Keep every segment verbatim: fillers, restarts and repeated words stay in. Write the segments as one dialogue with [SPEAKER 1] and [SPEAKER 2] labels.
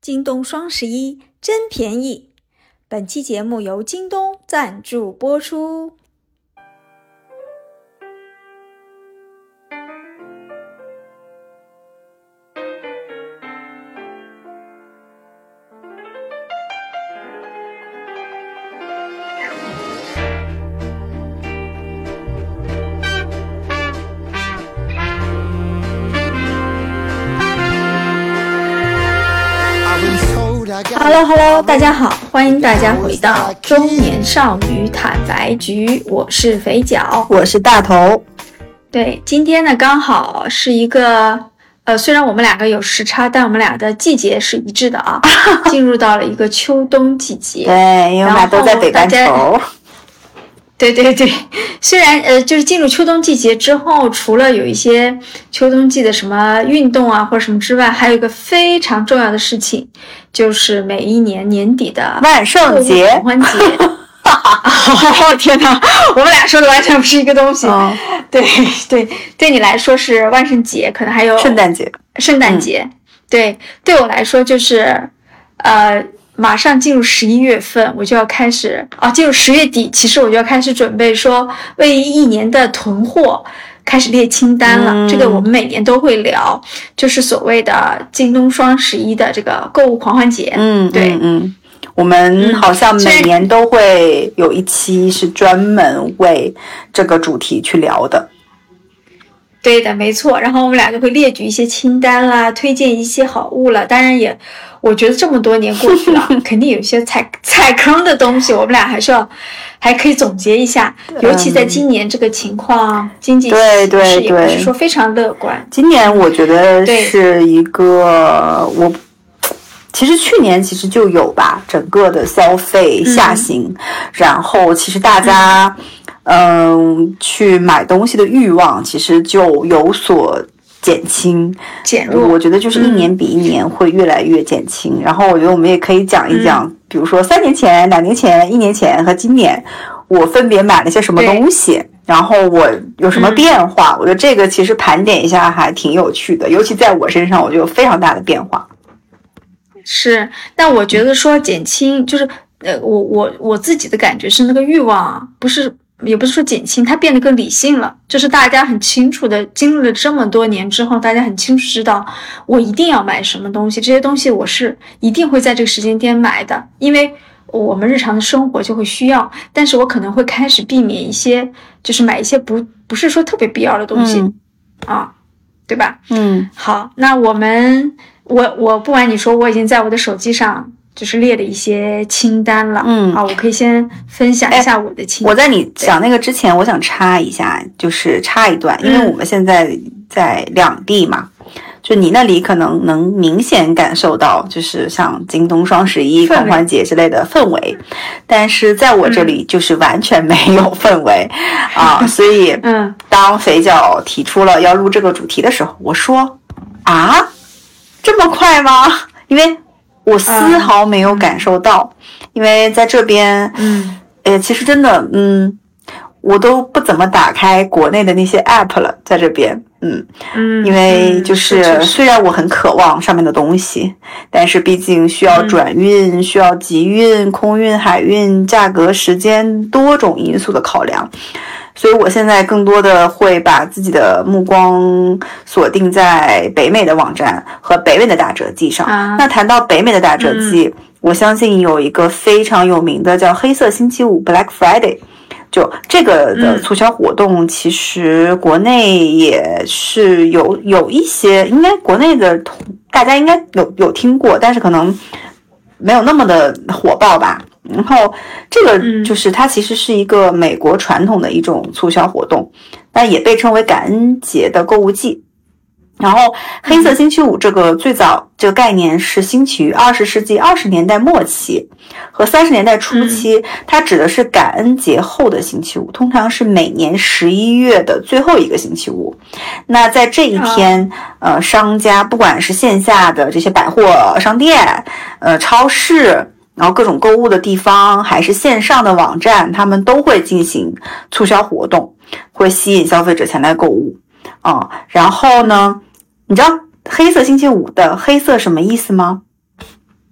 [SPEAKER 1] 京东双十一真便宜。本期节目由京东赞助播出。Hello Hello， 大家好，欢迎大家回到中年少女坦白局，我是肥脚，
[SPEAKER 2] 我是大头。
[SPEAKER 1] 对，今天呢刚好是一个呃，虽然我们两个有时差，但我们俩的季节是一致的啊，进入到了一个秋冬季节。
[SPEAKER 2] 对，因为我们俩都在北半球。
[SPEAKER 1] 对对对，虽然呃，就是进入秋冬季节之后，除了有一些秋冬季的什么运动啊或者什么之外，还有一个非常重要的事情，就是每一年年底的
[SPEAKER 2] 万圣节、
[SPEAKER 1] 狂欢节。哦天哪，我们俩说的完全不是一个东西。哦、对对，对你来说是万圣节，可能还有
[SPEAKER 2] 圣诞节。
[SPEAKER 1] 圣诞节，嗯、对，对我来说就是呃。马上进入十一月份，我就要开始啊，进入十月底，其实我就要开始准备说为一年的囤货开始列清单了。嗯、这个我们每年都会聊，就是所谓的京东双十一的这个购物狂欢节。
[SPEAKER 2] 嗯，对，嗯，嗯我们好像每年都会有一期是专门为这个主题去聊的。
[SPEAKER 1] 对的，没错。然后我们俩就会列举一些清单啦，推荐一些好物了。当然也，我觉得这么多年过去了，肯定有一些踩踩坑的东西，我们俩还是要还可以总结一下。尤其在今年这个情况，嗯、经济形势也不是说非常乐观。
[SPEAKER 2] 今年我觉得是一个我。其实去年其实就有吧，整个的消费下行，嗯、然后其实大家。嗯嗯，去买东西的欲望其实就有所减轻，
[SPEAKER 1] 减弱。
[SPEAKER 2] 我觉得就是一年比一年会越来越减轻。嗯、然后我觉得我们也可以讲一讲，嗯、比如说三年前、两年前、一年前和今年，我分别买了些什么东西，然后我有什么变化。嗯、我觉得这个其实盘点一下还挺有趣的，尤其在我身上，我就有非常大的变化。
[SPEAKER 1] 是，但我觉得说减轻，就是呃，我我我自己的感觉是那个欲望啊，不是。也不是说减轻，它变得更理性了，就是大家很清楚的经历了这么多年之后，大家很清楚知道我一定要买什么东西，这些东西我是一定会在这个时间点买的，因为我们日常的生活就会需要，但是我可能会开始避免一些，就是买一些不不是说特别必要的东西、嗯、啊，对吧？
[SPEAKER 2] 嗯，
[SPEAKER 1] 好，那我们我我不瞒你说，我已经在我的手机上就是列了一些清单了，
[SPEAKER 2] 嗯，
[SPEAKER 1] 好，我可以先分享一下我的清单。
[SPEAKER 2] 我在你讲那个之前，我想插一下，就是插一段，因为我们现在在两地嘛，嗯、就你那里可能能明显感受到，就是像京东双十一、狂欢节之类的氛围，但是在我这里就是完全没有氛围、嗯、啊，所以，
[SPEAKER 1] 嗯，
[SPEAKER 2] 当肥脚提出了要录这个主题的时候，我说啊，这么快吗？因为我丝毫没有感受到，嗯、因为在这边，
[SPEAKER 1] 嗯，
[SPEAKER 2] 呃，其实真的，嗯，我都不怎么打开国内的那些 app 了，在这边，嗯
[SPEAKER 1] 嗯，
[SPEAKER 2] 因为就是、嗯、虽然我很渴望上面的东西，但是毕竟需要转运、嗯、需要集运、空运、海运，价格、时间多种因素的考量。所以我现在更多的会把自己的目光锁定在北美的网站和北美的打折季上。
[SPEAKER 1] 啊、
[SPEAKER 2] 那谈到北美的打折季、嗯，我相信有一个非常有名的叫黑色星期五 Black Friday， 就这个的促销活动，其实国内也是有有一些，应该国内的大家应该有有听过，但是可能没有那么的火爆吧。然后这个就是它其实是一个美国传统的一种促销活动，但也被称为感恩节的购物季。然后黑色星期五这个最早这个概念是兴起于二十世纪二十年代末期和三十年代初期，它指的是感恩节后的星期五，通常是每年十一月的最后一个星期五。那在这一天，呃，商家不管是线下的这些百货商店、呃超市，然后各种购物的地方，还是线上的网站，他们都会进行促销活动，会吸引消费者前来购物啊、嗯。然后呢，你知道黑色星期五的黑色什么意思吗？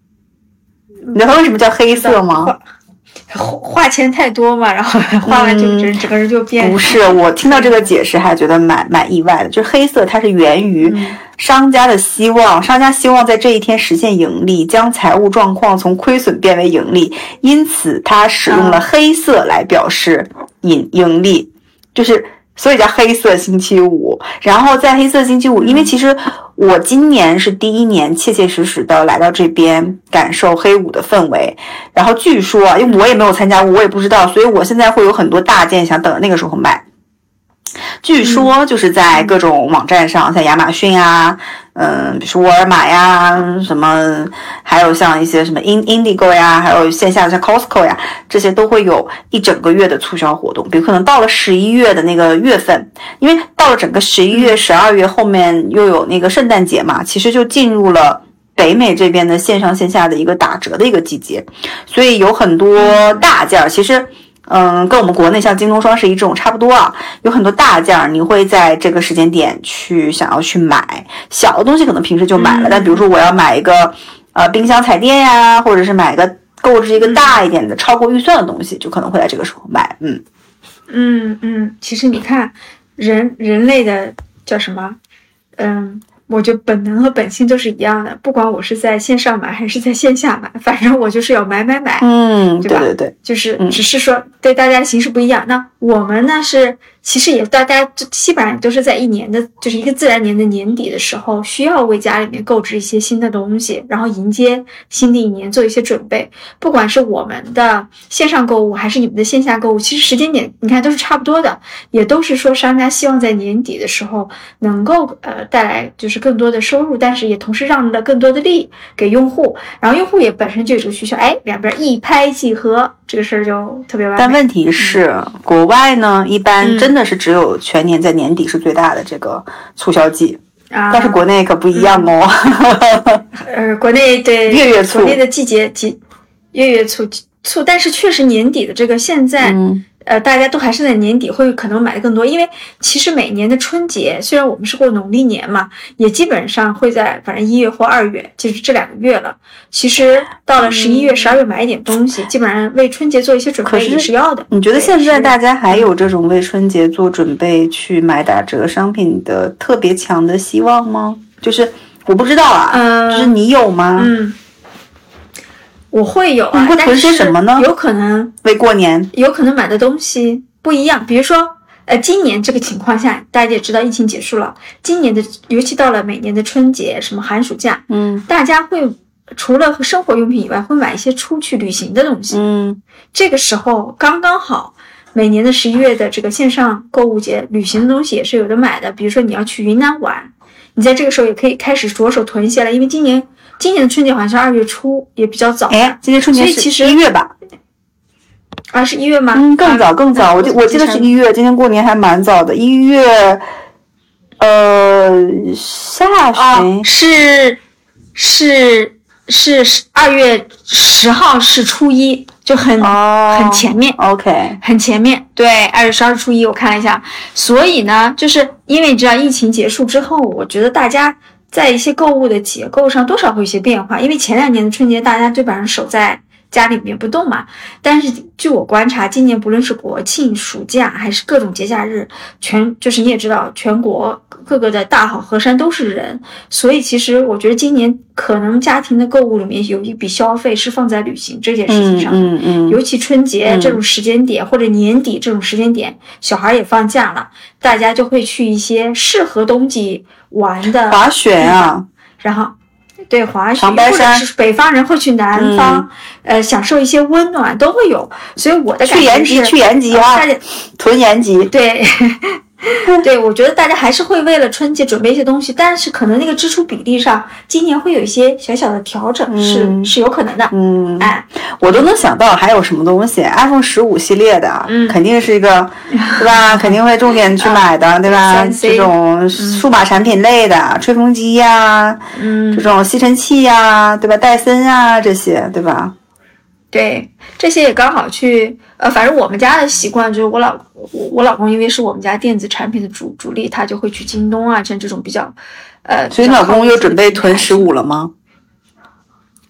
[SPEAKER 2] 你知道它为什么叫黑色吗？
[SPEAKER 1] 花花钱太多嘛，然后花完就整、嗯、整个人就变。
[SPEAKER 2] 不是，我听到这个解释还觉得蛮蛮意外的。就是黑色，它是源于商家的希望，嗯、商家希望在这一天实现盈利，将财务状况从亏损变为盈利，因此它使用了黑色来表示盈盈利，就是所以叫黑色星期五。然后在黑色星期五，因为其实我今年是第一年切切实实的来到这边感受黑五的氛围，然后据说啊，因为我也没有参加过，我也不知道，所以我现在会有很多大件想等着那个时候买。据说就是在各种网站上，像亚马逊啊，嗯，比如说沃尔玛呀，什么，还有像一些什么 Indigo 呀，还有线下的像 Costco 呀，这些都会有一整个月的促销活动。比如可能到了十一月的那个月份，因为到了整个十一月、十二月后面又有那个圣诞节嘛，其实就进入了北美这边的线上线下的一个打折的一个季节，所以有很多大件，其实。嗯，跟我们国内像京东双十一这种差不多啊，有很多大件你会在这个时间点去想要去买，小的东西可能平时就买了，嗯、但比如说我要买一个呃冰箱彩电呀，或者是买一个购置一个大一点的、嗯、超过预算的东西，就可能会在这个时候买。嗯
[SPEAKER 1] 嗯嗯，其实你看人人类的叫什么？嗯。我觉得本能和本性都是一样的，不管我是在线上买还是在线下买，反正我就是要买买买，
[SPEAKER 2] 嗯，
[SPEAKER 1] 对吧？
[SPEAKER 2] 对对对，
[SPEAKER 1] 就是只是说对大家的形式不一样。那我们呢是其实也大家基本上都是在一年的，就是一个自然年的年底的时候，需要为家里面购置一些新的东西，然后迎接新的一年做一些准备。不管是我们的线上购物还是你们的线下购物，其实时间点你看都是差不多的，也都是说商家希望在年底的时候能够呃带来就是更多的收入，但是也同时让了更多的利给用户，然后用户也本身就有这个需求，哎，两边一拍即合，这个事儿就特别完美。
[SPEAKER 2] 但问题是，嗯、国外呢一般真的是只有全年在年底是最大的这个促销季，嗯、但是国内可不一样哦。
[SPEAKER 1] 嗯、呃，国内对
[SPEAKER 2] 月月促，
[SPEAKER 1] 国内的季节季月月促促，但是确实年底的这个现在。嗯呃，大家都还是在年底会可能买的更多，因为其实每年的春节，虽然我们是过农历年嘛，也基本上会在反正一月或二月，就是这两个月了。其实到了十一月、十二月买一点东西，基本上为春节做一些准备也是要的。
[SPEAKER 2] 你觉得现在大家还有这种为春节做准备去买打折商品的特别强的希望吗？就是我不知道啊，
[SPEAKER 1] 嗯、
[SPEAKER 2] 就是你有吗？
[SPEAKER 1] 嗯。我会有啊，
[SPEAKER 2] 你会囤些什么呢？
[SPEAKER 1] 有可能
[SPEAKER 2] 为过年，
[SPEAKER 1] 有可能买的东西不一样。比如说，呃，今年这个情况下，大家也知道疫情结束了，今年的尤其到了每年的春节、什么寒暑假，
[SPEAKER 2] 嗯，
[SPEAKER 1] 大家会除了生活用品以外，会买一些出去旅行的东西。
[SPEAKER 2] 嗯，
[SPEAKER 1] 这个时候刚刚好，每年的十一月的这个线上购物节，旅行的东西也是有的买的。比如说你要去云南玩，你在这个时候也可以开始着手囤一些了，因为今年。今年的春节好像是二月初，也比较早。
[SPEAKER 2] 哎，今年春节是一月吧？
[SPEAKER 1] 啊，是一月吗？
[SPEAKER 2] 嗯，更早更早，我记我记得是一月。今年过年还蛮早的，一月，呃，下旬、
[SPEAKER 1] 哦、是是是二月十号是初一，就很、
[SPEAKER 2] 哦、
[SPEAKER 1] 很前面。
[SPEAKER 2] OK，
[SPEAKER 1] 很前面。对，二月十二初一我看了一下，所以呢，就是因为你知道疫情结束之后，我觉得大家。在一些购物的结构上多少会有些变化，因为前两年的春节大家基本上守在家里面不动嘛，但是据我观察，今年不论是国庆、暑假还是各种节假日，全就是你也知道，全国各个的大好河山都是人，所以其实我觉得今年可能家庭的购物里面有一笔消费是放在旅行这件事情上，
[SPEAKER 2] 嗯 嗯, 嗯
[SPEAKER 1] 尤其春节这种时间点、嗯、或者年底这种时间点，小孩也放假了，大家就会去一些适合冬季玩的
[SPEAKER 2] 滑雪啊，
[SPEAKER 1] 然后对滑雪，
[SPEAKER 2] 长白山，
[SPEAKER 1] 或者是北方人会去南方，嗯、呃，享受一些温暖都会有。所以我的感觉是
[SPEAKER 2] 去延吉，去延吉啊，呃、囤延吉。
[SPEAKER 1] 对，对，我觉得大家还是会为了春节准备一些东西，但是可能那个支出比例上，今年会有一些小小的调整，嗯、是是有可能的。
[SPEAKER 2] 嗯，
[SPEAKER 1] 哎，
[SPEAKER 2] 我都能想到还有什么东西 ，iPhone 十五系列的，
[SPEAKER 1] 嗯，
[SPEAKER 2] 肯定是一个，对吧？肯定会重点去买的，对吧？这种数码产品类的，嗯、吹风机呀、啊，
[SPEAKER 1] 嗯，
[SPEAKER 2] 这种吸尘器呀、啊，对吧？戴森啊这些，对吧？
[SPEAKER 1] 对，这些也刚好去，呃，反正我们家的习惯就是我老我我老公因为是我们家电子产品的主主力，他就会去京东啊，像这种比较，呃，
[SPEAKER 2] 所以你老公又准备囤十五了吗？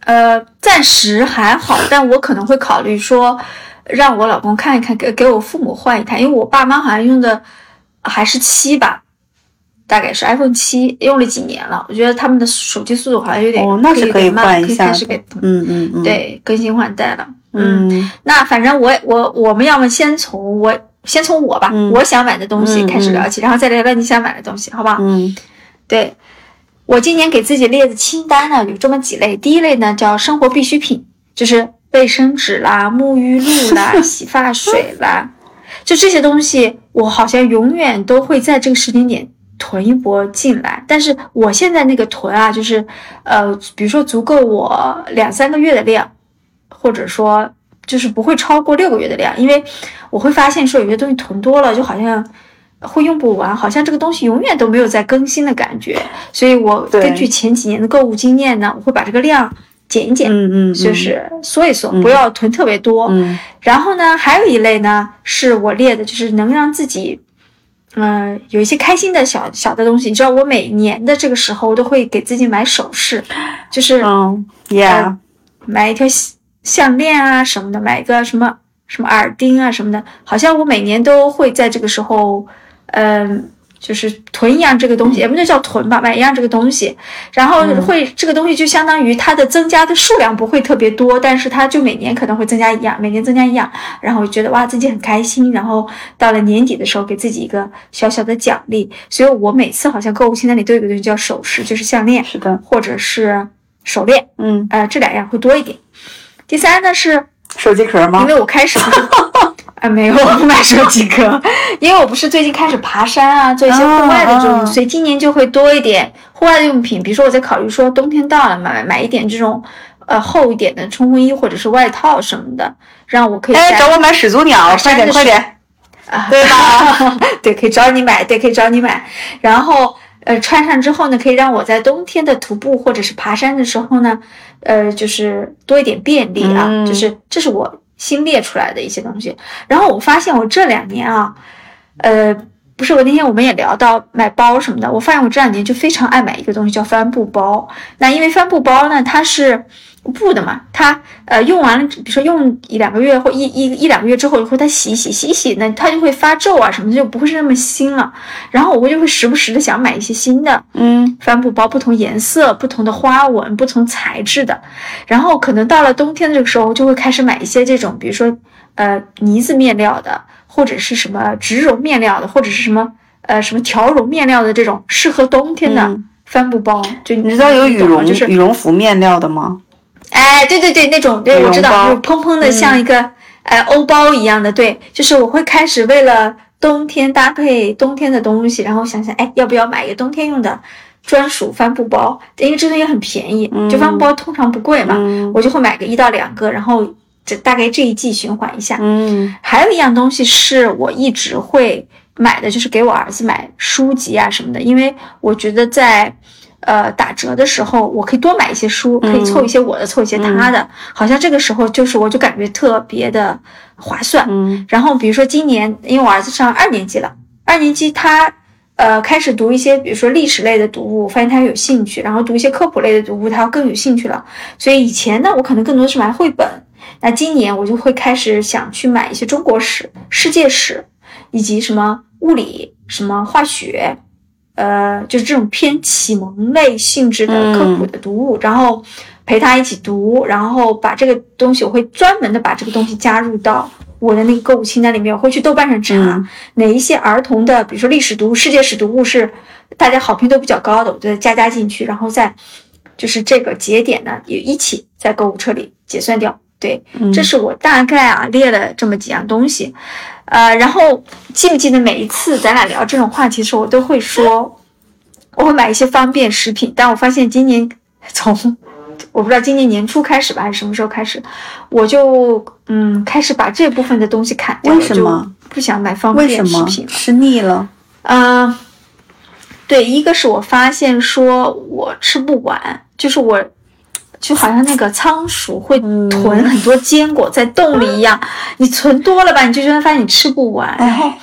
[SPEAKER 1] 呃，暂时还好，但我可能会考虑说，让我老公看一看，给给我父母换一台，因为我爸妈好像用的还是七吧，大概是 iPhone 七，用了几年了，我觉得他们的手机速度好像有点
[SPEAKER 2] 哦，那是可以换一下，
[SPEAKER 1] 可以开始给
[SPEAKER 2] 嗯嗯嗯，
[SPEAKER 1] 对，更新换代了，
[SPEAKER 2] 嗯，
[SPEAKER 1] 嗯那反正我我我们要么先从我先从我吧，
[SPEAKER 2] 嗯、
[SPEAKER 1] 我想买的东西开始聊起，
[SPEAKER 2] 嗯、
[SPEAKER 1] 然后再聊聊你想买的东西，好不好？
[SPEAKER 2] 嗯，
[SPEAKER 1] 对。我今年给自己列的清单呢，有这么几类。第一类呢叫生活必需品，就是卫生纸啦、沐浴露啦、洗发水啦，就这些东西，我好像永远都会在这个时间点囤一波进来。但是我现在那个囤啊，就是呃，比如说足够我两三个月的量，或者说就是不会超过六个月的量，因为我会发现说有些东西囤多了，就好像会用不完，好像这个东西永远都没有在更新的感觉，所以我根据前几年的购物经验呢，我会把这个量减一减，
[SPEAKER 2] 嗯嗯，
[SPEAKER 1] 就是缩一缩，
[SPEAKER 2] 嗯、
[SPEAKER 1] 不要囤特别多。
[SPEAKER 2] 嗯，
[SPEAKER 1] 然后呢，还有一类呢是我列的，就是能让自己，嗯、呃，有一些开心的小小的东西。你知道，我每年的这个时候都会给自己买首饰，就是
[SPEAKER 2] 嗯 ，yeah，、呃、
[SPEAKER 1] 买一条项链啊什么的，买一个什么什么耳钉啊什么的，好像我每年都会在这个时候。嗯，就是囤一样这个东西，也不能叫囤吧，买一样这个东西，然后会、嗯、这个东西就相当于它的增加的数量不会特别多，但是它就每年可能会增加一样，每年增加一样，然后觉得哇自己很开心，然后到了年底的时候给自己一个小小的奖励，所以我每次好像购物清单里都有一个东西叫首饰，就是项链，
[SPEAKER 2] 是的，
[SPEAKER 1] 或者是手链，
[SPEAKER 2] 嗯，
[SPEAKER 1] 呃，这两样会多一点。第三呢是
[SPEAKER 2] 手机壳吗？
[SPEAKER 1] 因为我开始不是。啊，没有，我不买手机壳，因为我不是最近开始爬山啊，做一些户外的这种，啊啊、所以今年就会多一点户外的用品。比如说，我在考虑说，冬天到了，买买一点这种呃厚一点的冲锋衣或者是外套什么的，让我可以。
[SPEAKER 2] 哎，找我买始祖鸟，快点快点，
[SPEAKER 1] 啊，
[SPEAKER 2] 对吧？
[SPEAKER 1] 对，可以找你买，对，可以找你买。然后呃，穿上之后呢，可以让我在冬天的徒步或者是爬山的时候呢，呃，就是多一点便利啊，
[SPEAKER 2] 嗯、
[SPEAKER 1] 就是这是我。新列出来的一些东西，然后我发现我这两年啊，呃，不是我那天我们也聊到买包什么的，我发现我这两年就非常爱买一个东西叫帆布包。那因为帆布包呢，它是布的嘛，它呃用完了，比如说用一两个月或一一一两个月之后，以后它洗一洗洗一洗呢，它就会发皱啊什么的，就不会是那么新了。然后我就会时不时的想买一些新的，
[SPEAKER 2] 嗯，
[SPEAKER 1] 帆布包，不同颜色、不同的花纹、不同材质的。然后可能到了冬天的这个时候，就会开始买一些这种，比如说呃呢子面料的，或者是什么植绒面料的，或者是什么呃什么条绒面料的这种适合冬天的帆布包。嗯、就
[SPEAKER 2] 你知道有羽绒
[SPEAKER 1] 就是
[SPEAKER 2] 羽绒服面料的吗？
[SPEAKER 1] 哎，对对对，那种对，我知道，就蓬蓬的，像一个、嗯、呃欧包一样的。对，就是我会开始为了冬天搭配冬天的东西，然后想想，哎，要不要买一个冬天用的专属帆布包？因为这个也很便宜，
[SPEAKER 2] 嗯、
[SPEAKER 1] 就帆布包通常不贵嘛，
[SPEAKER 2] 嗯、
[SPEAKER 1] 我就会买个一到两个，然后这大概这一季循环一下。
[SPEAKER 2] 嗯，
[SPEAKER 1] 还有一样东西是我一直会买的，就是给我儿子买书籍啊什么的，因为我觉得在。呃，打折的时候，我可以多买一些书，可以凑一些我的，嗯、凑一些他的，好像这个时候就是我就感觉特别的划算。
[SPEAKER 2] 嗯，
[SPEAKER 1] 然后比如说今年，因为我儿子上二年级了，二年级他呃开始读一些，比如说历史类的读物，发现他有兴趣，然后读一些科普类的读物，他更有兴趣了。所以以前呢，我可能更多的是买绘本，那今年我就会开始想去买一些中国史、世界史，以及什么物理、什么化学。呃，就是这种偏启蒙类性质的科普的读物，嗯、然后陪他一起读，然后把这个东西，我会专门的把这个东西加入到我的那个购物清单里面。我会去豆瓣上查、嗯、哪一些儿童的，比如说历史读物、世界史读物是大家好评都比较高的，我就加加进去，然后再就是这个节点呢也一起在购物车里结算掉。对，
[SPEAKER 2] 嗯、
[SPEAKER 1] 这是我大概啊列了这么几样东西。呃，然后记不记得每一次咱俩聊这种话题的时候，我都会说我会买一些方便食品，但我发现今年从我不知道今年年初开始吧，还是什么时候开始，我就嗯开始把这部分的东西砍掉了。
[SPEAKER 2] 为什么？
[SPEAKER 1] 不想买方便食品了？
[SPEAKER 2] 吃腻了？
[SPEAKER 1] 嗯、呃，对，一个是我发现说我吃不完，就是我。就好像那个仓鼠会囤很多坚果在洞里一样，嗯、你存多了吧，你就觉得发现你吃不完。然后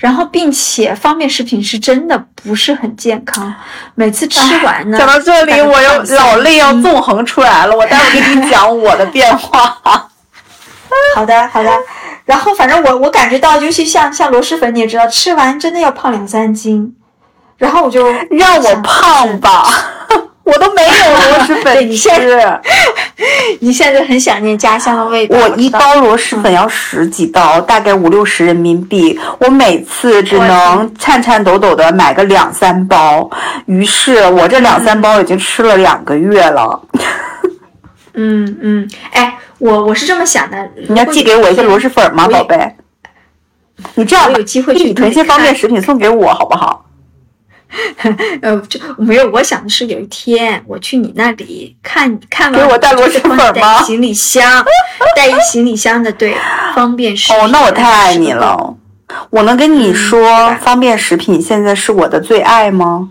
[SPEAKER 1] 然后并且方便食品是真的不是很健康，每次吃完呢，
[SPEAKER 2] 讲到这里我又老泪要纵横出来了，我待会给你讲我的变化。
[SPEAKER 1] 好的好的，然后反正我我感觉到，尤其像像螺蛳粉，你也知道，吃完真的要胖两三斤，然后我就
[SPEAKER 2] 让我胖吧。我都没有螺蛳粉
[SPEAKER 1] 你现在你现在就很想念家乡的味道。
[SPEAKER 2] 我一包螺蛳粉要十几刀，嗯、大概五六十人民币，我每次只能颤颤抖抖的买个两三包，于是我这两三包已经吃了两个月了。
[SPEAKER 1] 嗯嗯，哎，我我是这么想的，
[SPEAKER 2] 你要寄给我一些螺蛳粉吗，宝贝？你这样
[SPEAKER 1] 我有机会去
[SPEAKER 2] 你囤些方便食品送给我好不好？
[SPEAKER 1] 呃，就没有，我想的是有一天我去你那里看看完，
[SPEAKER 2] 给我带螺蛳粉吗？
[SPEAKER 1] 带行李箱，带一行李箱的，对，方便食品。
[SPEAKER 2] 哦，那我太爱你了。我能跟你说，嗯、方便食品现在是我的最爱吗？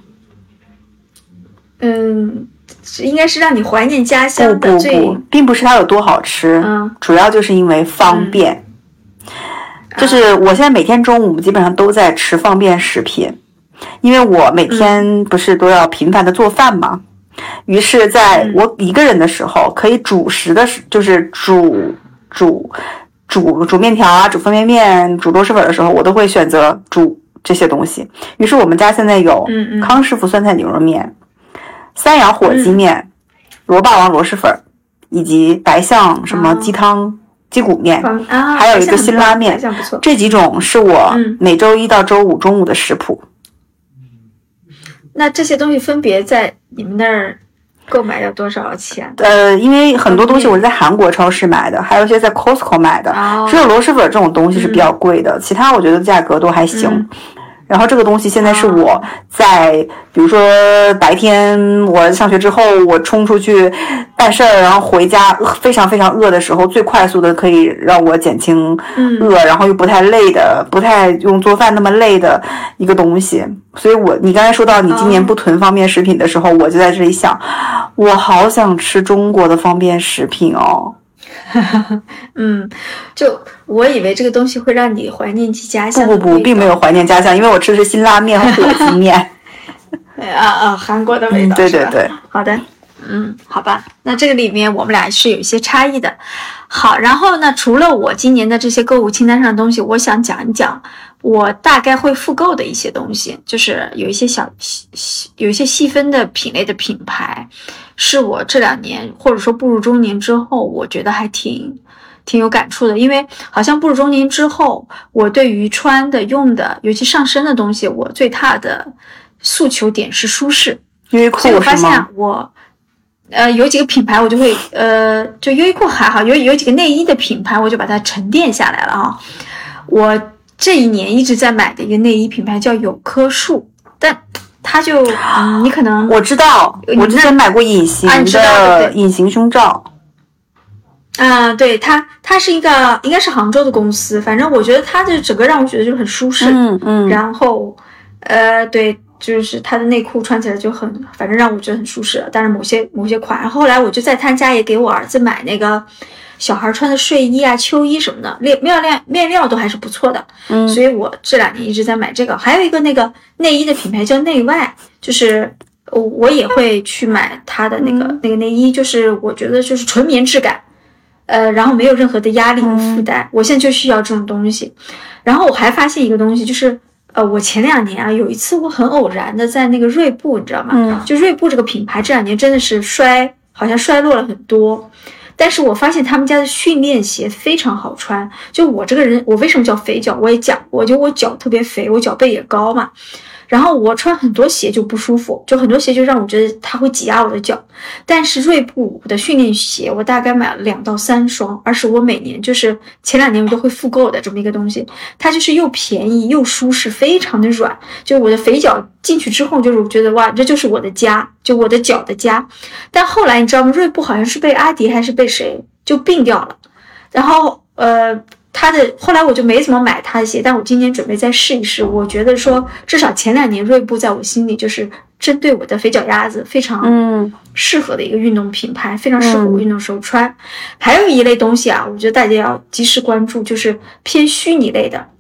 [SPEAKER 1] 嗯，应该是让你怀念家乡的最。
[SPEAKER 2] 不不不，并不是它有多好吃，
[SPEAKER 1] 嗯，
[SPEAKER 2] 主要就是因为方便。嗯、就是我现在每天中午基本上都在吃方便食品。因为我每天不是都要频繁的做饭嘛，嗯、于是在我一个人的时候，可以主食的，就是煮煮煮煮面条啊，煮方便面，煮螺蛳粉的时候，我都会选择煮这些东西。于是我们家现在有康师傅酸菜牛肉面、嗯嗯、三阳火鸡面、螺霸王螺蛳粉，以及白象什么鸡汤。哦鸡骨面、
[SPEAKER 1] 啊、
[SPEAKER 2] 还有一个辛拉面，这几种是我每周一到周五中午的食谱。
[SPEAKER 1] 那这些东西分别在你们那儿购买要多少钱？
[SPEAKER 2] 呃，因为很多东西我是在韩国超市买的，还有一些在 Costco 买的，
[SPEAKER 1] 哦、
[SPEAKER 2] 只有螺蛳粉这种东西是比较贵的，嗯、其他我觉得价格都还行。嗯然后这个东西现在是我在，比如说白天我上学之后，我冲出去办事儿，然后回家非常非常饿的时候，最快速的可以让我减轻饿，然后又不太累的，不太用做饭那么累的一个东西。所以我你刚才说到你今年不囤方便食品的时候，我就在这里想，我好想吃中国的方便食品哦。
[SPEAKER 1] 嗯，就我以为这个东西会让你怀念起家乡。
[SPEAKER 2] 不不不，并没有怀念家乡，因为我吃的是辛拉面和火鸡面。
[SPEAKER 1] 啊啊，韩国的味道、
[SPEAKER 2] 嗯。对对对。
[SPEAKER 1] 好的，嗯，好吧，那这个里面我们俩是有一些差异的。好，然后呢，除了我今年的这些购物清单上的东西，我想讲一讲我大概会复购的一些东西，就是有一些小有一些细分的品类的品牌。是我这两年或者说步入中年之后，我觉得还挺挺有感触的，因为好像步入中年之后，我对于穿的用的尤其上身的东西，我最大的诉求点是舒适。
[SPEAKER 2] 优衣库
[SPEAKER 1] 所以我发现我呃有几个品牌我就会呃就优衣库还好，有有几个内衣的品牌我就把它沉淀下来了啊。我这一年一直在买的一个内衣品牌叫有棵树，但它就、嗯、你可能
[SPEAKER 2] 我知道，我之前买过隐形的隐形胸罩。
[SPEAKER 1] 啊，对，它它是一个应该是杭州的公司，反正我觉得它的整个让我觉得就很舒适，
[SPEAKER 2] 嗯嗯，
[SPEAKER 1] 然后呃对，就是它的内裤穿起来就很，反正让我觉得很舒适。但是某些某些款，后来我就在他家也给我儿子买那个小孩穿的睡衣啊、秋衣什么的，面料料面料都还是不错的，
[SPEAKER 2] 嗯，
[SPEAKER 1] 所以我这两年一直在买这个。还有一个那个内衣的品牌叫内外，就是我也会去买它的那个、嗯、那个内衣，就是我觉得就是纯棉质感，呃，然后没有任何的压力和负担、嗯，我现在就需要这种东西。然后我还发现一个东西，就是呃，我前两年啊，有一次我很偶然的在那个锐步，你知道吗？
[SPEAKER 2] 嗯，
[SPEAKER 1] 就锐步这个品牌这两年真的是衰，好像衰落了很多。但是我发现他们家的训练鞋非常好穿。就我这个人，我为什么叫肥脚？我也讲过，就我脚特别肥，我脚背也高嘛。然后我穿很多鞋就不舒服，就很多鞋就让我觉得它会挤压我的脚。但是锐步的训练鞋，我大概买了两到三双，而是我每年就是前两年我都会复购的这么一个东西。它就是又便宜又舒适，非常的软。就我的肥脚进去之后，就是我觉得哇，这就是我的家，就我的脚的家。但后来你知道吗？锐步好像是被阿迪还是被谁就并掉了，然后呃。他的后来我就没怎么买他的鞋，但我今年准备再试一试。我觉得说至少前两年锐步在我心里就是针对我的肥脚丫子非常适合的一个运动品牌，嗯、非常适合我运动时候穿、嗯。还有一类东西啊，我觉得大家要及时关注，就是偏虚拟类的。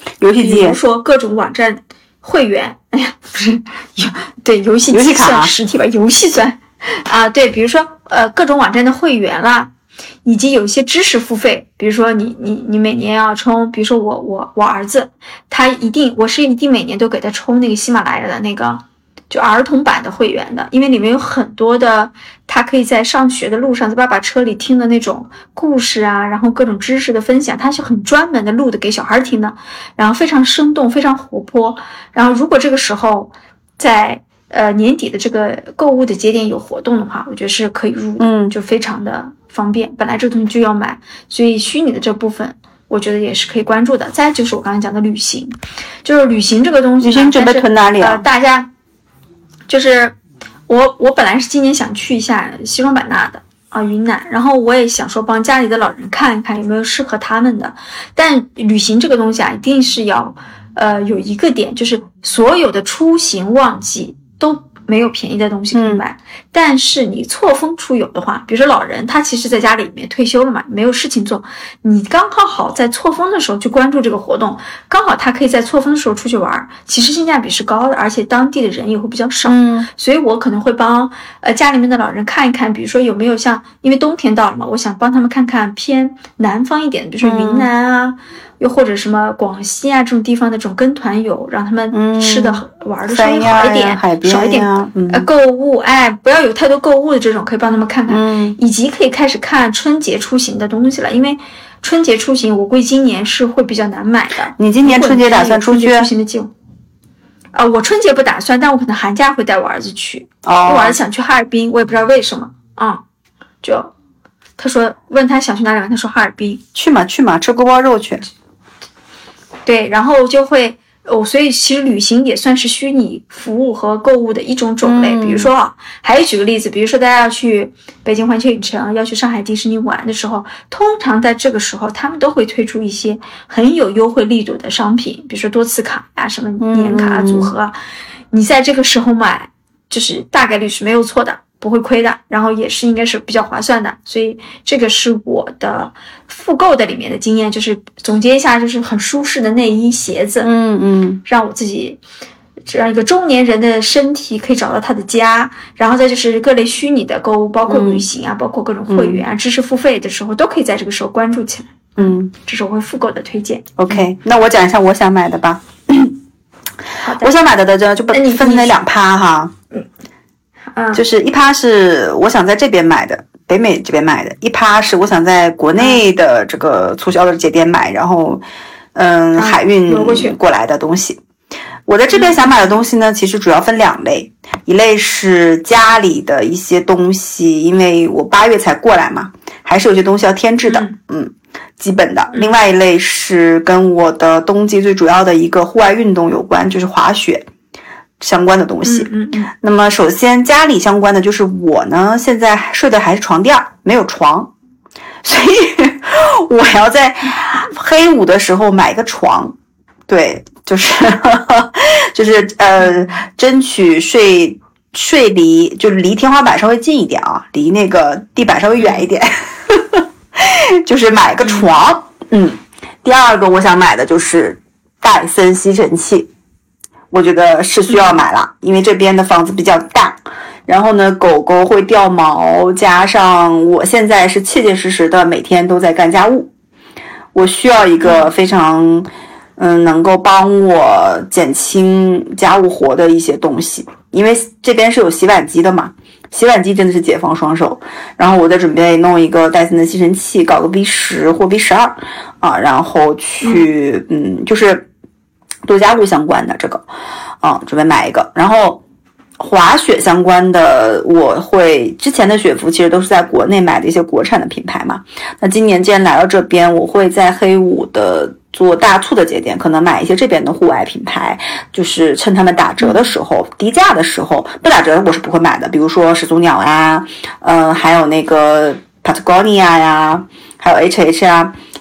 [SPEAKER 2] 游戏机，
[SPEAKER 1] 比如说各种网站会员，哎呀，不是有对游戏机算实体吧？游戏算啊，对，比如说呃各种网站的会员啦。以及有一些知识付费，比如说你你你每年要充，比如说我我我儿子，他一定我是一定每年都给他充那个喜马拉雅的那个就儿童版的会员的，因为里面有很多的他可以在上学的路上在爸爸车里听的那种故事啊，然后各种知识的分享，他是很专门的录的给小孩听的，然后非常生动非常活泼。然后如果这个时候在呃年底的这个购物的节点有活动的话，我觉得是可以入的，
[SPEAKER 2] 嗯，
[SPEAKER 1] 就非常的方便，本来这个东西就要买，所以虚拟的这部分我觉得也是可以关注的。再就是我刚才讲的旅行，就是旅行这个东西，
[SPEAKER 2] 旅行准备囤哪里啊？
[SPEAKER 1] 呃、大家就是我我本来是今年想去一下西双版纳的啊，云南，然后我也想说帮家里的老人看一看有没有适合他们的。但旅行这个东西啊，一定是要呃有一个点，就是所有的出行旺季都没有便宜的东西可以买，嗯、但是你错峰出游的话，比如说老人他其实在家里面退休了嘛，没有事情做，你刚好好在错峰的时候去关注这个活动，刚好他可以在错峰的时候出去玩，其实性价比是高的，而且当地的人也会比较少，
[SPEAKER 2] 嗯，
[SPEAKER 1] 所以我可能会帮呃家里面的老人看一看，比如说有没有像，因为冬天到了嘛，我想帮他们看看偏南方一点，比如说云南啊。嗯，又或者什么广西啊这种地方的这种跟团游，让他们吃的、嗯、玩的稍微好一点，
[SPEAKER 2] 海边
[SPEAKER 1] 少一点，
[SPEAKER 2] 嗯、
[SPEAKER 1] 呃，购物，哎，不要有太多购物的这种，可以帮他们看看，
[SPEAKER 2] 嗯、
[SPEAKER 1] 以及可以开始看春节出行的东西了，因为春节出行，我估计今年是会比较难买的。
[SPEAKER 2] 你今年春节打算出去？
[SPEAKER 1] 出行的计划？啊、呃，我春节不打算，但我可能寒假会带我儿子去，
[SPEAKER 2] 哦、
[SPEAKER 1] 因为我儿子想去哈尔滨，我也不知道为什么啊、嗯，就他说问他想去哪里玩，他说哈尔滨，
[SPEAKER 2] 去嘛去嘛，吃锅包肉去。
[SPEAKER 1] 对，然后就会哦，所以其实旅行也算是虚拟服务和购物的一种种类。
[SPEAKER 2] 嗯、
[SPEAKER 1] 比如说啊，还有举个例子，比如说大家要去北京环球影城，要去上海迪士尼玩的时候，通常在这个时候，他们都会推出一些很有优惠力度的商品，比如说多次卡呀、啊、什么年卡、啊、组合啊，你在这个时候买，就是大概率是没有错的。不会亏的，然后也是应该是比较划算的，所以这个是我的复购的里面的经验，就是总结一下，就是很舒适的内衣、鞋子，
[SPEAKER 2] 嗯嗯，
[SPEAKER 1] 让我自己让一个中年人的身体可以找到他的家，然后再就是各类虚拟的购物，包括旅行啊，嗯、包括各种会员啊、嗯、知识付费的时候，都可以在这个时候关注起来。
[SPEAKER 2] 嗯，
[SPEAKER 1] 这是我会复购的推荐。
[SPEAKER 2] OK，、嗯、那我讲一下我想买的吧。
[SPEAKER 1] 好的，
[SPEAKER 2] 我想买的的就就分分为两趴哈。
[SPEAKER 1] 嗯。嗯，
[SPEAKER 2] 就是一趴是我想在这边买的，北美这边买的，一趴是我想在国内的这个促销的节点买，然后嗯海运过来的东西。我在这边想买的东西呢，其实主要分两类，一类是家里的一些东西，因为我八月才过来嘛，还是有些东西要添置的，嗯，嗯基本的。另外一类是跟我的冬季最主要的一个户外运动有关，就是滑雪相关的东西。
[SPEAKER 1] 嗯嗯。
[SPEAKER 2] 那么首先家里相关的就是我呢，现在睡的还是床垫，没有床，所以我要在黑五的时候买一个床。对，就是就是呃，争取睡睡离就是离天花板稍微近一点啊，离那个地板稍微远一点，就是买个床。嗯，第二个我想买的就是戴森吸尘器。我觉得是需要买了，因为这边的房子比较大，然后呢，狗狗会掉毛，加上我现在是切切实实的每天都在干家务，我需要一个非常嗯能够帮我减轻家务活的一些东西，因为这边是有洗碗机的嘛，洗碗机真的是解放双手，然后我在准备弄一个戴森的吸尘器，搞个 V 十 或 V 十二 啊，然后去嗯就是做家务相关的这个，嗯，准备买一个。然后滑雪相关的，我会之前的雪服其实都是在国内买的一些国产的品牌嘛。那今年既然来到这边，我会在黑五的做大促的节点，可能买一些这边的户外品牌，就是趁他们打折的时候、低价的时候，不打折我是不会买的。比如说始祖鸟呀，嗯、呃，还有那个 Patagonia 呀，还有 H H 啊。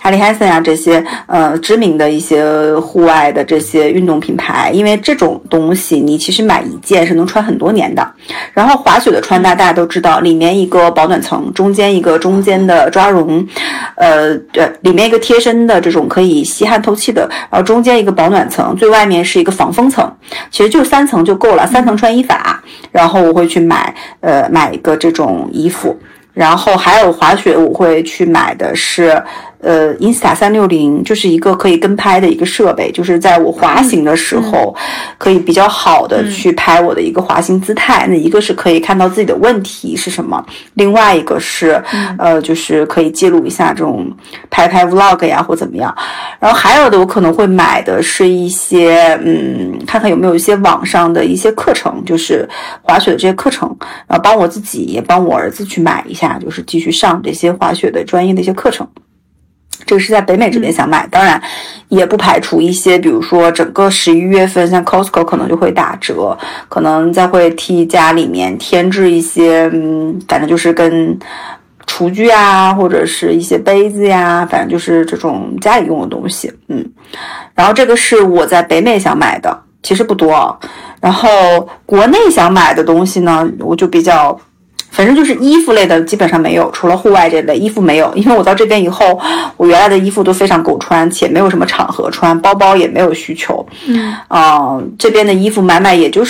[SPEAKER 2] Helly Hansen 啊这些呃知名的一些户外的这些运动品牌，因为这种东西你其实买一件是能穿很多年的。然后滑雪的穿搭大家都知道，里面一个保暖层，中间一个中间的抓绒，呃呃里面一个贴身的这种可以吸汗透气的，然后中间一个保暖层，最外面是一个防风层，其实就三层就够了，三层穿衣法。然后我会去买呃买一个这种衣服。然后还有滑雪我会去买的是呃 Insta 三六零，就是一个可以跟拍的一个设备，就是在我滑行的时候可以比较好的去拍我的一个滑行姿态。那一个是可以看到自己的问题是什么，另外一个是呃就是可以记录一下这种拍拍 vlog 呀或怎么样。然后还有的我可能会买的是一些嗯看看有没有一些网上的一些课程，就是滑雪的这些课程，然后帮我自己也帮我儿子去买一下，就是继续上这些滑雪的专业的一些课程。这个是在北美这边想买，当然也不排除一些，比如说整个十一月份，像 Costco 可能就会打折，可能再会替家里面添置一些，嗯，反正就是跟厨具啊，或者是一些杯子呀，反正就是这种家里用的东西，嗯。然后这个是我在北美想买的，其实不多。然后国内想买的东西呢，我就比较。反正就是衣服类的基本上没有，除了户外这类衣服没有，因为我到这边以后，我原来的衣服都非常够穿，且没有什么场合穿，包包也没有需求。
[SPEAKER 1] 嗯，
[SPEAKER 2] 呃，这边的衣服买买也就是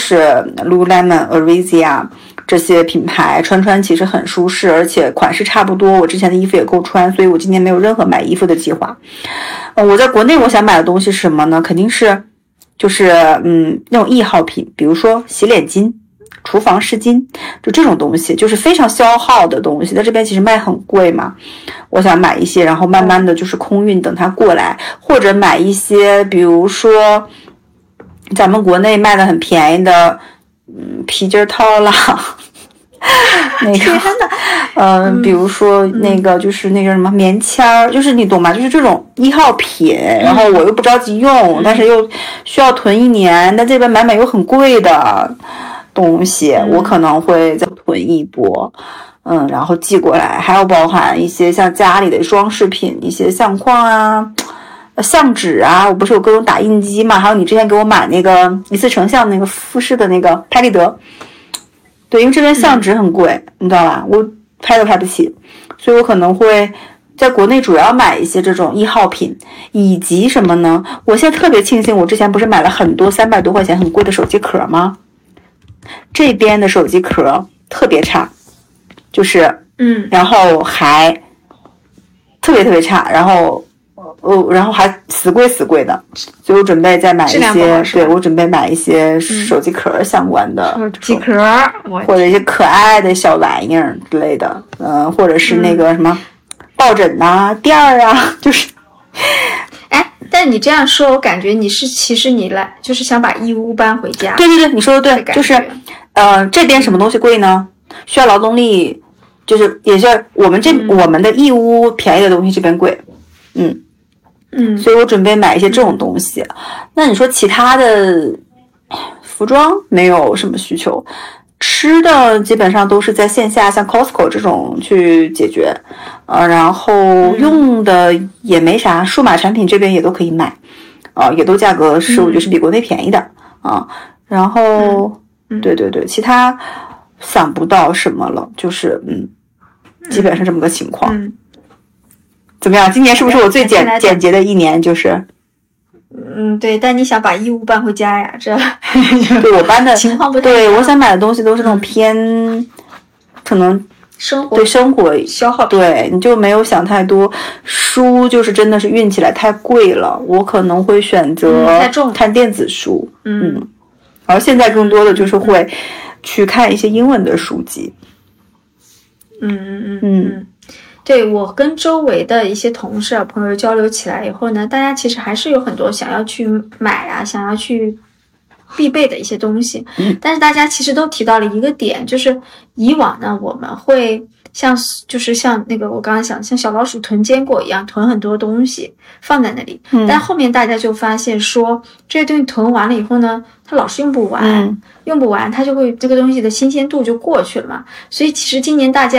[SPEAKER 2] Lululemon、Aritzia 这些品牌，穿穿其实很舒适，而且款式差不多，我之前的衣服也够穿，所以我今年没有任何买衣服的计划。呃，我在国内我想买的东西是什么呢？肯定是就是嗯那种易耗品，比如说洗脸巾。厨房湿巾，就这种东西，就是非常消耗的东西，在这边其实卖很贵嘛。我想买一些，然后慢慢的就是空运等它过来，或者买一些，比如说咱们国内卖的很便宜的，嗯，皮筋套啦，那个，嗯、呃，比如说那个就是那个什么棉签儿，就是你懂吗？就是这种一号品，然后我又不着急用，但是又需要囤一年，但这边买买又很贵的。东西我可能会再囤一波，嗯，然后寄过来，还有包含一些像家里的装饰品，一些相框啊、相纸啊，我不是有各种打印机嘛，还有你之前给我买那个一次成像那个富士的那个拍立得，对，因为这边相纸很贵，你知道吧？我拍都拍不起，所以我可能会在国内主要买一些这种一号品，以及什么呢？我现在特别庆幸，我之前不是买了很多三百多块钱很贵的手机壳吗？这边的手机壳特别差，就是
[SPEAKER 1] 嗯，
[SPEAKER 2] 然后还特别特别差，然后呃，然后还死贵死贵的，所以我准备再买一些，对我准备买一些手机壳相关的，
[SPEAKER 1] 手机壳
[SPEAKER 2] 或者一些可爱的小玩意儿之类的，嗯、呃，或者是那个什么抱枕呐、垫儿啊，就是。
[SPEAKER 1] 哎，但你这样说，我感觉你是其实你来就是想把义乌搬回家。
[SPEAKER 2] 对对对，你说的对，就是呃，这边什么东西贵呢？需要劳动力，就是也是我们这、嗯、我们的义乌便宜的东西这边贵，嗯
[SPEAKER 1] 嗯，
[SPEAKER 2] 所以我准备买一些这种东西。那你说其他的服装没有什么需求，吃的基本上都是在线下，像 Costco 这种去解决，呃，然后用的也没啥，数码产品这边也都可以买，啊、呃，也都价格是我觉得是比国内便宜的啊。然后，对对对，其他想不到什么了，就是嗯，基本上这么个情况。
[SPEAKER 1] 嗯，
[SPEAKER 2] 怎么样？今年是不是我最简简洁的一年？就是。
[SPEAKER 1] 嗯，对，但你想把义乌搬回家呀？这
[SPEAKER 2] 对我搬的
[SPEAKER 1] 情况不太
[SPEAKER 2] 对，我想买的东西都是那种偏，嗯、可能
[SPEAKER 1] 生活
[SPEAKER 2] 对生活
[SPEAKER 1] 消耗，
[SPEAKER 2] 对，你就没有想太多。书就是真的是运起来太贵了，我可能会选择看电子书，
[SPEAKER 1] 嗯，
[SPEAKER 2] 嗯，然后现在更多的就是会去看一些英文的书籍，
[SPEAKER 1] 嗯嗯嗯嗯。对，我跟周围的一些同事啊朋友交流起来以后呢，大家其实还是有很多想要去买啊，想要去必备的一些东西，但是大家其实都提到了一个点，就是以往呢我们会像就是像那个我刚刚想像小老鼠囤坚果一样囤很多东西放在那里，
[SPEAKER 2] 嗯、
[SPEAKER 1] 但后面大家就发现说这些东西囤完了以后呢，它老是用不完，
[SPEAKER 2] 嗯、
[SPEAKER 1] 用不完它就会这个东西的新鲜度就过去了嘛，所以其实今年大家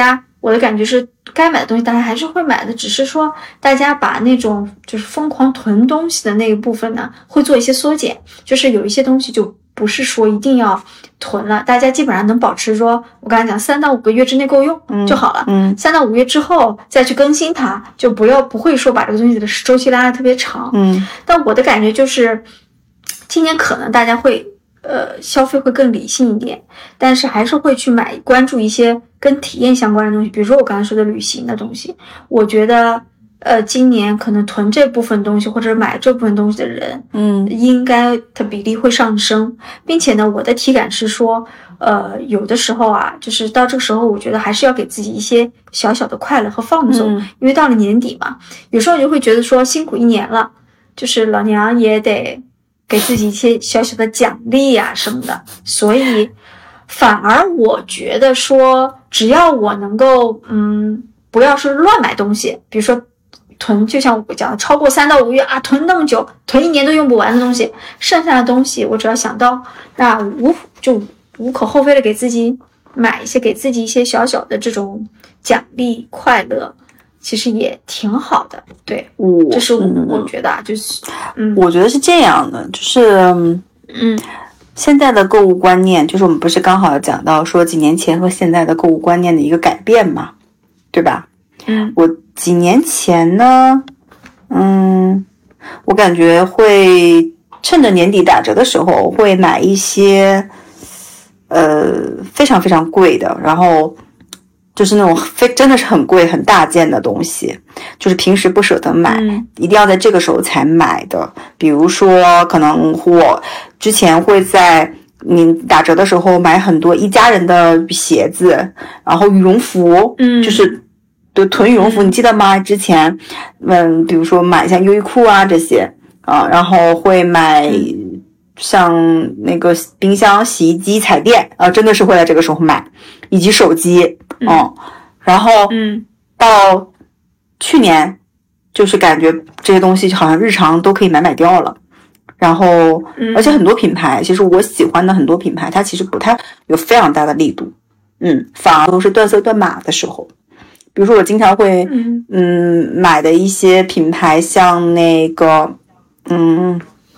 [SPEAKER 1] 我的感觉是该买的东西大家还是会买的，只是说大家把那种就是疯狂囤东西的那一部分呢，会做一些缩减，就是有一些东西就不是说一定要囤了，大家基本上能保持说我刚才讲三到五个月之内够用就好了，
[SPEAKER 2] 嗯，
[SPEAKER 1] 三到五个月之后再去更新它，就不要不会说把这个东西的周期拉得特别长，
[SPEAKER 2] 嗯，
[SPEAKER 1] 但我的感觉就是今年可能大家会呃消费会更理性一点，但是还是会去买关注一些跟体验相关的东西，比如说我刚才说的旅行的东西，我觉得呃今年可能囤这部分东西或者买这部分东西的人，
[SPEAKER 2] 嗯，
[SPEAKER 1] 应该的比例会上升，并且呢，我的体感是说，呃，有的时候啊，就是到这个时候，我觉得还是要给自己一些小小的快乐和放纵，
[SPEAKER 2] 嗯、
[SPEAKER 1] 因为到了年底嘛，有时候你就会觉得说辛苦一年了，就是老娘也得给自己一些小小的奖励呀、啊、什么的，所以反而我觉得说，只要我能够，嗯，不要是乱买东西，比如说囤，就像我讲的，超过三到五个月啊，囤那么久，囤一年都用不完的东西，剩下的东西我只要想到，那无就无可厚非的给自己买一些，给自己一些小小的这种奖励快乐。其实也挺好的，对，
[SPEAKER 2] 我
[SPEAKER 1] 这是我、
[SPEAKER 2] 嗯、
[SPEAKER 1] 我觉得啊，就是，嗯，
[SPEAKER 2] 我觉得是这样的，就是，
[SPEAKER 1] 嗯，
[SPEAKER 2] 现在的购物观念，就是我们不是刚好讲到说几年前和现在的购物观念的一个改变嘛，对吧？
[SPEAKER 1] 嗯，
[SPEAKER 2] 我几年前呢，嗯，我感觉会趁着年底打折的时候，会买一些，呃，非常非常贵的，然后。就是那种非真的是很贵很大件的东西，就是平时不舍得买、嗯、一定要在这个时候才买的。比如说可能我之前会在你打折的时候买很多一家人的鞋子，然后羽绒服，
[SPEAKER 1] 嗯，
[SPEAKER 2] 就是对囤羽绒服、嗯、你记得吗？之前嗯，比如说买像优衣库啊这些啊，然后会买像那个冰箱、洗衣机、彩电啊，真的是会在这个时候买，以及手机。嗯，然后
[SPEAKER 1] 嗯，
[SPEAKER 2] 到去年就是感觉这些东西好像日常都可以买买掉了，然后、嗯、而且很多品牌，其实我喜欢的很多品牌，它其实不太有非常大的力度，嗯，反而都是断色断码的时候。比如说我经常会嗯, 嗯买的一些品牌，像那个嗯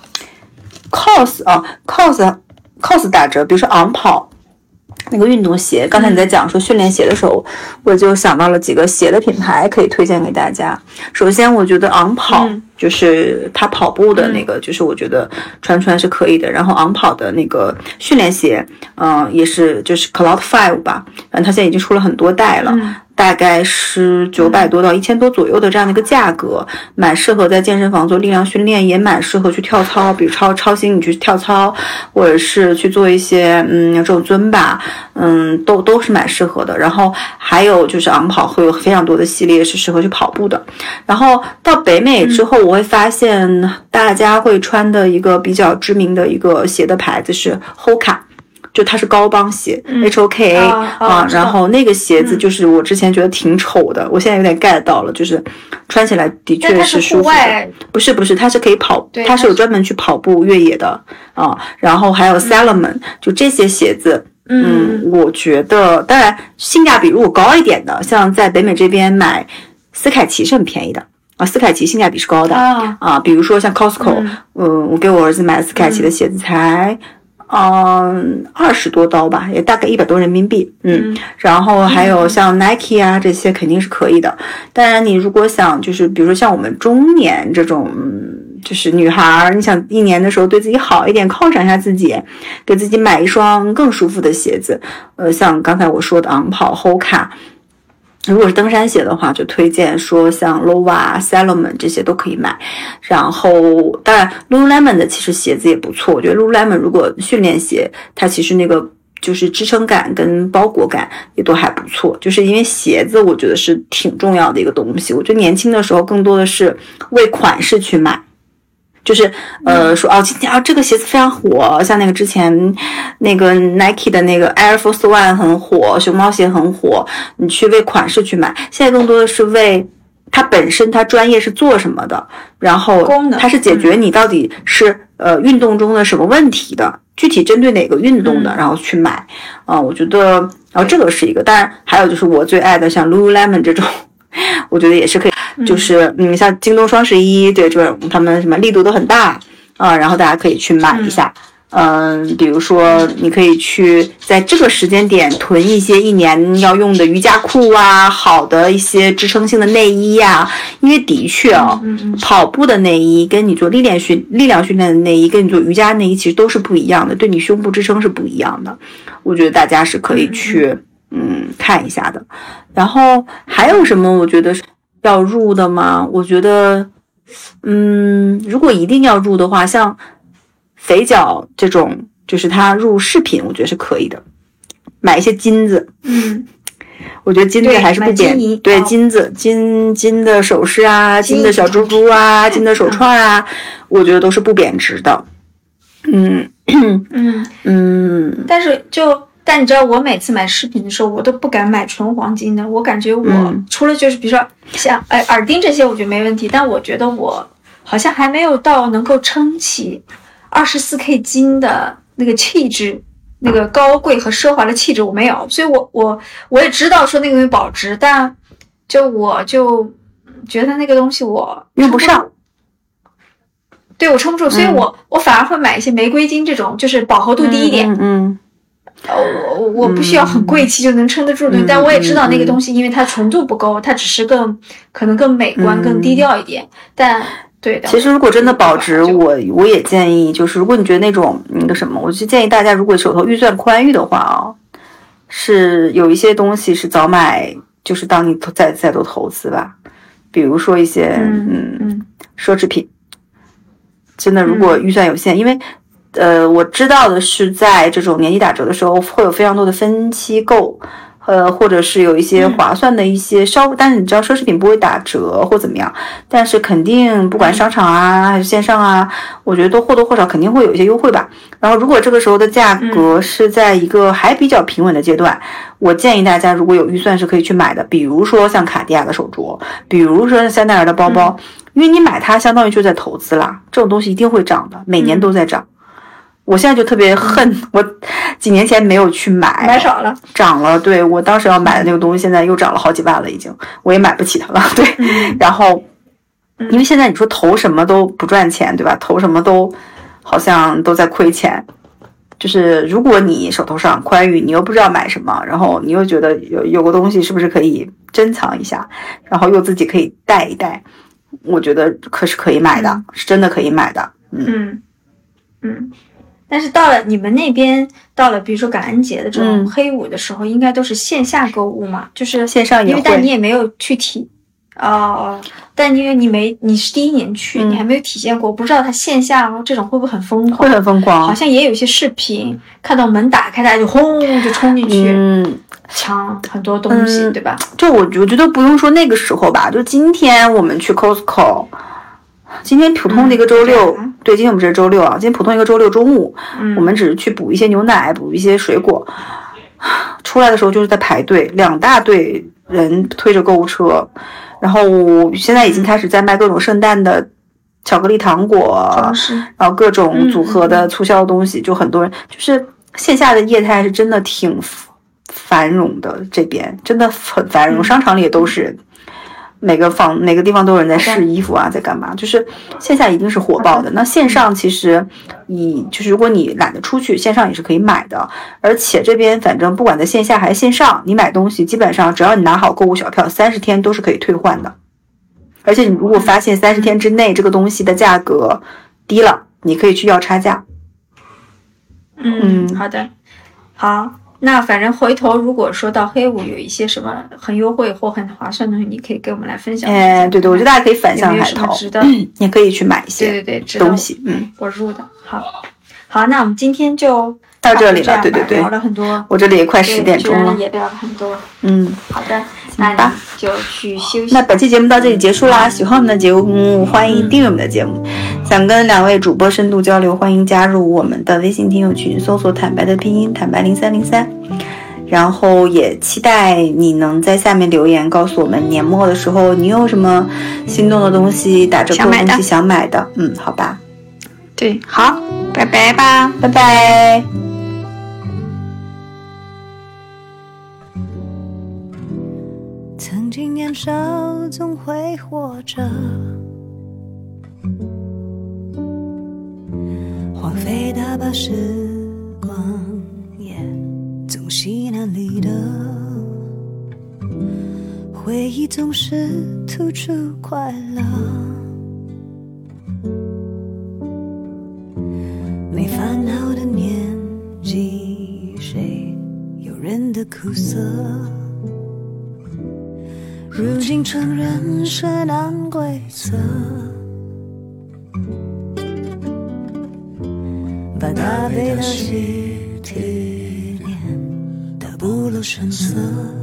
[SPEAKER 2] cos 啊 cos cos 打折，比如说昂跑。那个运动鞋，刚才你在讲说训练鞋的时候，我就想到了几个鞋的品牌可以推荐给大家。首先，我觉得昂跑、嗯、就是它跑步的那个、嗯，就是我觉得穿穿是可以的。然后昂跑的那个训练鞋，嗯、呃，也是就是 Cloud Five 吧，反正它现在已经出了很多代了。嗯，大概是九百多到一千多左右的这样的一个价格，蛮适合在健身房做力量训练，也蛮适合去跳操，比如超超新你去跳操，或者是去做一些嗯这种尊巴，嗯都都是蛮适合的。然后还有就是昂跑会有非常多的系列是适合去跑步的。然后到北美之后，我会发现大家会穿的一个比较知名的一个鞋的牌子是 Hoka。就它是高帮鞋、嗯、H O K A 啊, 啊然后那个鞋子就是我之前觉得挺丑的、嗯、我现在有点 get 到了，就是穿起来的确是舒服的。不是不是它是可以跑，它是有专门去跑步越野的啊。然后还有 Salomon、嗯、就这些鞋子嗯, 嗯我觉得当然性价比如果高一点的，像在北美这边买斯凯奇是很便宜的啊，斯凯奇性价比是高的、啊、啊比如说像 Costco 嗯, 嗯我给我儿子买斯凯奇的鞋子才嗯，二十多刀吧，也大概一百多人民币。嗯，嗯然后还有像 Nike 啊、嗯、这些肯定是可以的。当然，你如果想就是比如说像我们中年这种，就是女孩，你想一年的时候对自己好一点，犒赏一下自己，给自己买一双更舒服的鞋子。呃，像刚才我说的昂跑、Hoka。如果是登山鞋的话，就推荐说像 Lova、Salomon 这些都可以买。然后，当然 Lululemon 的其实鞋子也不错，我觉得 Lululemon 如果训练鞋，它其实那个就是支撑感跟包裹感也都还不错。就是因为鞋子，我觉得是挺重要的一个东西。我觉得年轻的时候更多的是为款式去买。就是呃说哦，今天啊这个鞋子非常火，像那个之前那个 Nike 的那个 Air Force One 很火，熊猫鞋很火，你去为款式去买。现在更多的是为它本身它专业是做什么的，然后它是解决你到底是、嗯、呃运动中的什么问题的，具体针对哪个运动的，
[SPEAKER 1] 嗯、
[SPEAKER 2] 然后去买啊、呃，我觉得，然后这个是一个，当然还有就是我最爱的像 Lululemon 这种，我觉得也是可以，
[SPEAKER 1] 嗯、
[SPEAKER 2] 就是嗯像京东双十一对这种他们什么力度都很大啊、呃，然后大家可以去买一下。嗯嗯，比如说你可以去在这个时间点囤一些一年要用的瑜伽裤啊，好的一些支撑性的内衣啊，因为的确啊、
[SPEAKER 1] 嗯嗯、
[SPEAKER 2] 跑步的内衣跟你做力量训力量训练的内衣跟你做瑜伽内衣其实都是不一样的，对你胸部支撑是不一样的，我觉得大家是可以去 嗯, 嗯看一下的。然后还有什么我觉得要入的吗？我觉得嗯如果一定要入的话，像肥脚这种就是它入饰品我觉得是可以的，买一些金子，
[SPEAKER 1] 嗯，
[SPEAKER 2] 我觉得金子还是不贬，
[SPEAKER 1] 对,
[SPEAKER 2] 对金子金金的首饰啊，金的小珠珠啊，金的手串啊、嗯、我觉得都是不贬值的。嗯
[SPEAKER 1] 嗯
[SPEAKER 2] 嗯，
[SPEAKER 1] 但是就但你知道我每次买饰品的时候我都不敢买纯黄金的，我感觉我、嗯、除了就是比如说像哎耳钉这些我觉得没问题，但我觉得我好像还没有到能够撑起二十四 K 金的那个气质，那个高贵和奢华的气质我没有，所以我我我也知道说那个东西保值，但就我就觉得那个东西我
[SPEAKER 2] 用不上，
[SPEAKER 1] 对我撑不住，所以我、嗯、我反而会买一些玫瑰金这种，就是饱和度低一点。
[SPEAKER 2] 嗯嗯。
[SPEAKER 1] 呃，我我不需要很贵气就能撑得住的、嗯，但我也知道那个东西，因为它纯度不够，它只是更可能更美观、嗯、更低调一点，但。对的，
[SPEAKER 2] 其实如果真的保值，我我也建议，就是如果你觉得那种那个什么，我就建议大家，如果手头预算宽裕的话啊，是有一些东西是早买，就是当你再再多投资吧，比如说一些
[SPEAKER 1] 嗯
[SPEAKER 2] 嗯奢侈品，真的如果预算有限，嗯、因为呃我知道的是在这种年底打折的时候，会有非常多的分期购。呃，或者是有一些划算的一些稍，嗯、但是你知道奢侈品不会打折或怎么样，但是肯定不管商场啊还是线上啊，我觉得都或多或少肯定会有一些优惠吧。然后如果这个时候的价格是在一个还比较平稳的阶段，嗯、我建议大家如果有预算是可以去买的，比如说像卡地亚的手镯，比如说香奈儿的包包，嗯、因为你买它相当于就在投资啦，这种东西一定会涨的，每年都在涨。嗯我现在就特别恨、嗯、我几年前没有去买，
[SPEAKER 1] 买少了，
[SPEAKER 2] 涨了。对，我当时要买的那个东西，现在又涨了好几万了，已经，我也买不起它了。对，
[SPEAKER 1] 嗯、
[SPEAKER 2] 然后，因为现在你说投什么都不赚钱，对吧？投什么都好像都在亏钱。就是如果你手头上宽裕，你又不知道买什么，然后你又觉得有有个东西是不是可以珍藏一下，然后又自己可以带一带，我觉得可是可以买的，
[SPEAKER 1] 嗯、
[SPEAKER 2] 是真的可以买的。
[SPEAKER 1] 嗯嗯。嗯但是到了你们那边，到了比如说感恩节的这种黑五的时候，嗯、应该都是线下购物嘛？就是
[SPEAKER 2] 线上也会，
[SPEAKER 1] 因为但你也没有去体，哦、呃，但因为你没你是第一年去，嗯、你还没有体验过，不知道它线下这种会不会很疯狂？
[SPEAKER 2] 会很疯狂，
[SPEAKER 1] 好像也有一些视频，看到门打开，大家就轰就冲进去，
[SPEAKER 2] 嗯，
[SPEAKER 1] 抢很多东西，
[SPEAKER 2] 嗯、
[SPEAKER 1] 对吧？
[SPEAKER 2] 就我我觉得不用说那个时候吧，就今天我们去 Costco。今天普通的一个周六，
[SPEAKER 1] 嗯、
[SPEAKER 2] 对，今天我们这是周六啊。今天普通一个周六中午，
[SPEAKER 1] 嗯、
[SPEAKER 2] 我们只是去补一些牛奶，补一些水果。出来的时候就是在排队，两大队人推着购物车，然后现在已经开始在卖各种圣诞的巧克力糖果，然后各种组合的促销的东西，嗯、就很多人，就是线下的业态是真的挺繁荣的，这边真的很繁荣，
[SPEAKER 1] 嗯、
[SPEAKER 2] 商场里也都是人。每个房每个地方都有人在试衣服啊，在干嘛？就是线下一定是火爆的。那线上其实你就是如果你懒得出去，线上也是可以买的。而且这边反正不管在线下还是线上，你买东西基本上只要你拿好购物小票，三十天都是可以退换的。而且你如果发现三十天之内这个东西的价格低了，你可以去要差价。
[SPEAKER 1] 嗯，好的，好。那反正回头如果说到黑五有一些什么很优惠或很划算的东西，你可以跟我们来分享一下。
[SPEAKER 2] 哎，对对，我觉得大家可以反向海淘，
[SPEAKER 1] 值得
[SPEAKER 2] 也可以去买一些
[SPEAKER 1] 对对对
[SPEAKER 2] 东西。嗯，
[SPEAKER 1] 我入的。好，好，那我们今天就
[SPEAKER 2] 到这里了。对对对，
[SPEAKER 1] 聊了很多，
[SPEAKER 2] 我这里也快十点钟了，
[SPEAKER 1] 也聊了很多。
[SPEAKER 2] 嗯，
[SPEAKER 1] 好的，那你就去休息。
[SPEAKER 2] 那本期节目到这里结束啦，喜欢我们的节目，欢迎订阅我们的节目。想跟两位主播深度交流，欢迎加入我们的微信听友群，搜索坦白的拼音坦白零三零三。 然后也期待你能在下面留言告诉我们年末的时候你有什么心动的东西，打折扣的东西想买的。嗯，好吧。
[SPEAKER 1] 对，好，拜拜吧，
[SPEAKER 2] 拜拜。
[SPEAKER 3] 曾经年少总会活着，荒废大把时光也总稀难离的，回忆总是突出快乐，没烦恼的年纪，谁有人的苦涩，如今承认是难规则，把大悲的喜体念得不露声色，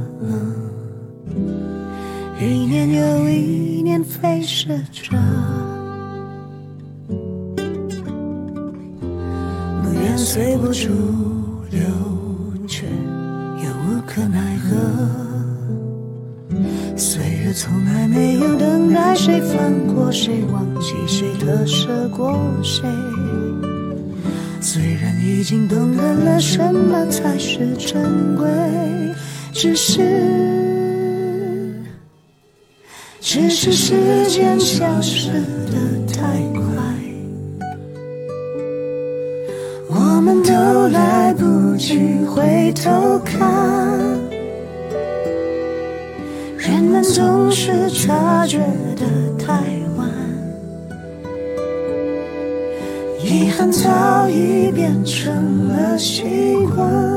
[SPEAKER 3] 一年又一年飞逝着，不愿随波逐流，却又无可奈何，岁月从来没有等待谁放过谁，忘记谁特赦过谁，虽然已经懂得了什么才是珍贵，只是只是时间消失得太快，我们都来不及回头看，人们总是察觉得太晚，遗憾早已变成了习惯。